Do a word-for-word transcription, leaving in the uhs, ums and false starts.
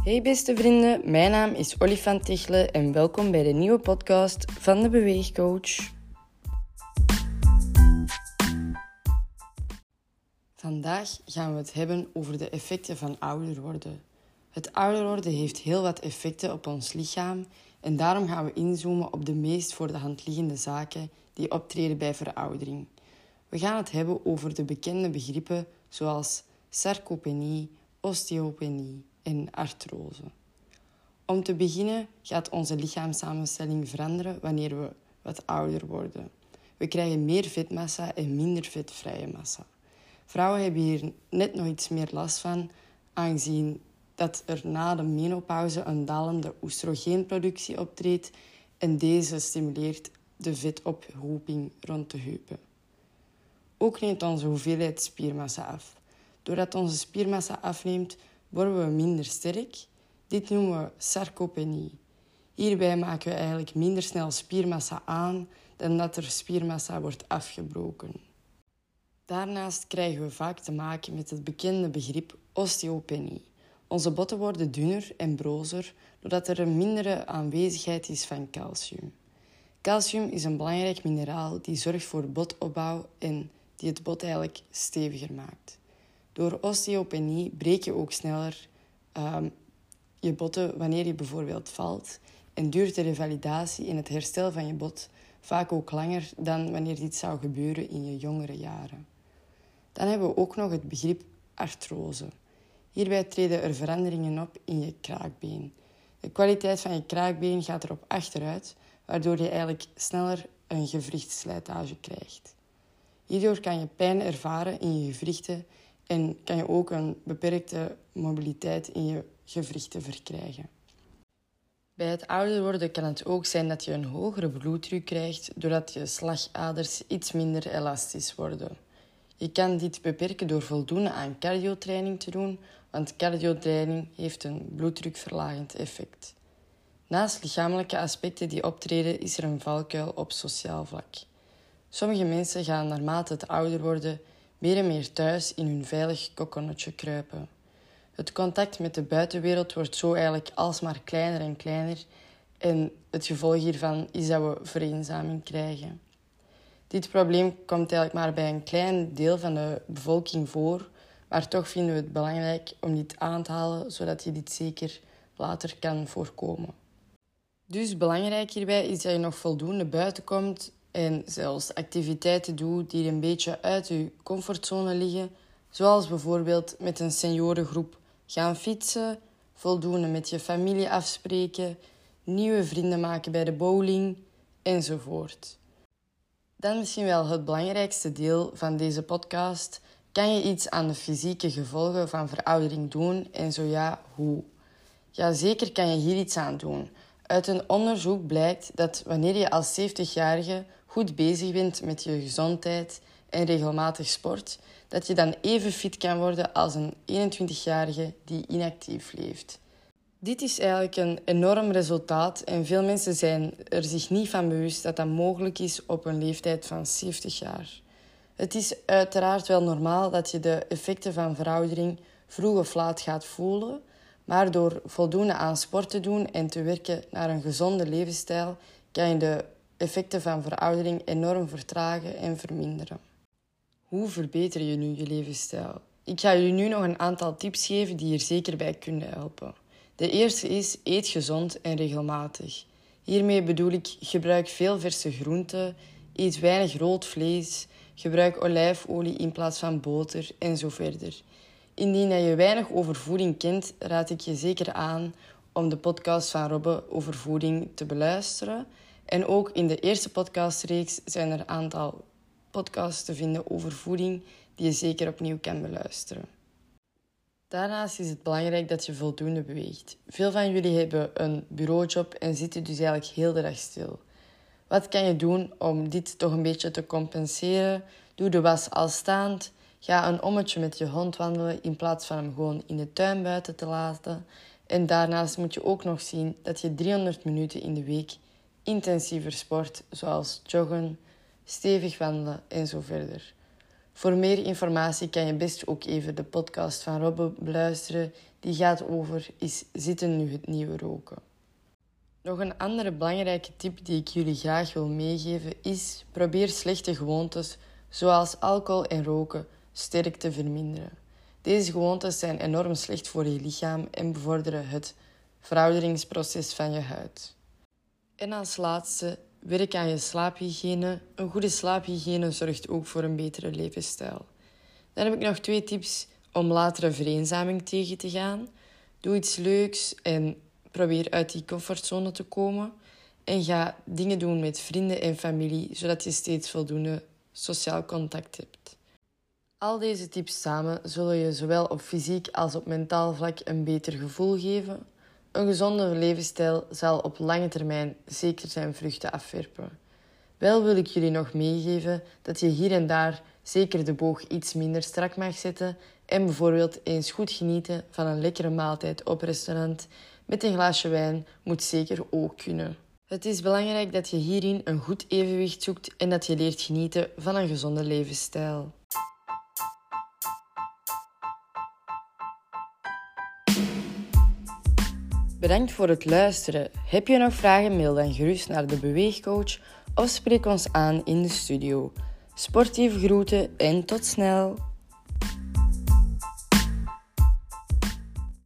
Hey beste vrienden, mijn naam is Olifant Tichelen en welkom bij de nieuwe podcast van de Beweegcoach. Vandaag gaan we het hebben over de effecten van ouder worden. Het ouder worden heeft heel wat effecten op ons lichaam en daarom gaan we inzoomen op de meest voor de hand liggende zaken die optreden bij veroudering. We gaan het hebben over de bekende begrippen zoals sarcopenie, osteopenie en artrose. Om te beginnen gaat onze lichaamssamenstelling veranderen wanneer we wat ouder worden. We krijgen meer vetmassa en minder vetvrije massa. Vrouwen hebben hier net nog iets meer last van, aangezien dat er na de menopauze een dalende oestrogeenproductie optreedt en deze stimuleert de vetophoping rond de heupen. Ook neemt onze hoeveelheid spiermassa af. Doordat onze spiermassa afneemt, worden we minder sterk. Dit noemen we sarcopenie. Hierbij maken we eigenlijk minder snel spiermassa aan dan dat er spiermassa wordt afgebroken. Daarnaast krijgen we vaak te maken met het bekende begrip osteopenie. Onze botten worden dunner en brozer doordat er een mindere aanwezigheid is van calcium. Calcium is een belangrijk mineraal die zorgt voor botopbouw en die het bot eigenlijk steviger maakt. Door osteopenie breek je ook sneller um, je botten wanneer je bijvoorbeeld valt en duurt de revalidatie en het herstel van je bot vaak ook langer dan wanneer dit zou gebeuren in je jongere jaren. Dan hebben we ook nog het begrip artrose. Hierbij treden er veranderingen op in je kraakbeen. De kwaliteit van je kraakbeen gaat erop achteruit, waardoor je eigenlijk sneller een gewrichtsslijtage krijgt. Hierdoor kan je pijn ervaren in je gewrichten en kan je ook een beperkte mobiliteit in je gewrichten verkrijgen. Bij het ouder worden kan het ook zijn dat je een hogere bloeddruk krijgt doordat je slagaders iets minder elastisch worden. Je kan dit beperken door voldoende aan cardiotraining te doen, want cardiotraining heeft een bloeddrukverlagend effect. Naast lichamelijke aspecten die optreden is er een valkuil op sociaal vlak. Sommige mensen gaan naarmate het ouder worden meer en meer thuis in hun veilig kokonnetje kruipen. Het contact met de buitenwereld wordt zo eigenlijk alsmaar kleiner en kleiner en het gevolg hiervan is dat we vereenzaming krijgen. Dit probleem komt eigenlijk maar bij een klein deel van de bevolking voor, maar toch vinden we het belangrijk om dit aan te halen, zodat je dit zeker later kan voorkomen. Dus belangrijk hierbij is dat je nog voldoende buiten komt en zelfs activiteiten doet die een beetje uit je comfortzone liggen, zoals bijvoorbeeld met een seniorengroep gaan fietsen, voldoende met je familie afspreken, nieuwe vrienden maken bij de bowling, enzovoort. Dan misschien wel het belangrijkste deel van deze podcast. Kan je iets aan de fysieke gevolgen van veroudering doen en zo ja, hoe? Ja, zeker kan je hier iets aan doen. Uit een onderzoek blijkt dat wanneer je als zeventigjarige goed bezig bent met je gezondheid en regelmatig sport, dat je dan even fit kan worden als een eenentwintigjarige die inactief leeft. Dit is eigenlijk een enorm resultaat en veel mensen zijn er zich niet van bewust dat dat mogelijk is op een leeftijd van zeventig jaar. Het is uiteraard wel normaal dat je de effecten van veroudering vroeg of laat gaat voelen, maar door voldoende aan sport te doen en te werken naar een gezonde levensstijl, kan je de effecten van veroudering enorm vertragen en verminderen. Hoe verbeter je nu je levensstijl? Ik ga jullie nu nog een aantal tips geven die hier zeker bij kunnen helpen. De eerste is, eet gezond en regelmatig. Hiermee bedoel ik, gebruik veel verse groenten, eet weinig rood vlees, gebruik olijfolie in plaats van boter en zo verder. Indien je weinig over voeding kent, raad ik je zeker aan om de podcast van Robbe over voeding te beluisteren. En ook in de eerste podcastreeks zijn er een aantal podcasts te vinden over voeding die je zeker opnieuw kan beluisteren. Daarnaast is het belangrijk dat je voldoende beweegt. Veel van jullie hebben een bureaujob en zitten dus eigenlijk heel de dag stil. Wat kan je doen om dit toch een beetje te compenseren? Doe de was al staand. Ga een ommetje met je hond wandelen in plaats van hem gewoon in de tuin buiten te laten. En daarnaast moet je ook nog zien dat je driehonderd minuten in de week intensiever sport, zoals joggen, stevig wandelen en zo verder. Voor meer informatie kan je best ook even de podcast van Robbe beluisteren. Die gaat over is zitten nu het nieuwe roken. Nog een andere belangrijke tip die ik jullie graag wil meegeven is probeer slechte gewoontes zoals alcohol en roken sterk te verminderen. Deze gewoontes zijn enorm slecht voor je lichaam en bevorderen het verouderingsproces van je huid. En als laatste, werk aan je slaaphygiëne. Een goede slaaphygiëne zorgt ook voor een betere levensstijl. Dan heb ik nog twee tips om latere vereenzaming tegen te gaan. Doe iets leuks en probeer uit die comfortzone te komen. En ga dingen doen met vrienden en familie, zodat je steeds voldoende sociaal contact hebt. Al deze tips samen zullen je zowel op fysiek als op mentaal vlak een beter gevoel geven. Een gezonde levensstijl zal op lange termijn zeker zijn vruchten afwerpen. Wel wil ik jullie nog meegeven dat je hier en daar zeker de boog iets minder strak mag zetten en bijvoorbeeld eens goed genieten van een lekkere maaltijd op restaurant met een glaasje wijn moet zeker ook kunnen. Het is belangrijk dat je hierin een goed evenwicht zoekt en dat je leert genieten van een gezonde levensstijl. Bedankt voor het luisteren. Heb je nog vragen, mail dan gerust naar de Beweegcoach of spreek ons aan in de studio. Sportieve groeten en tot snel!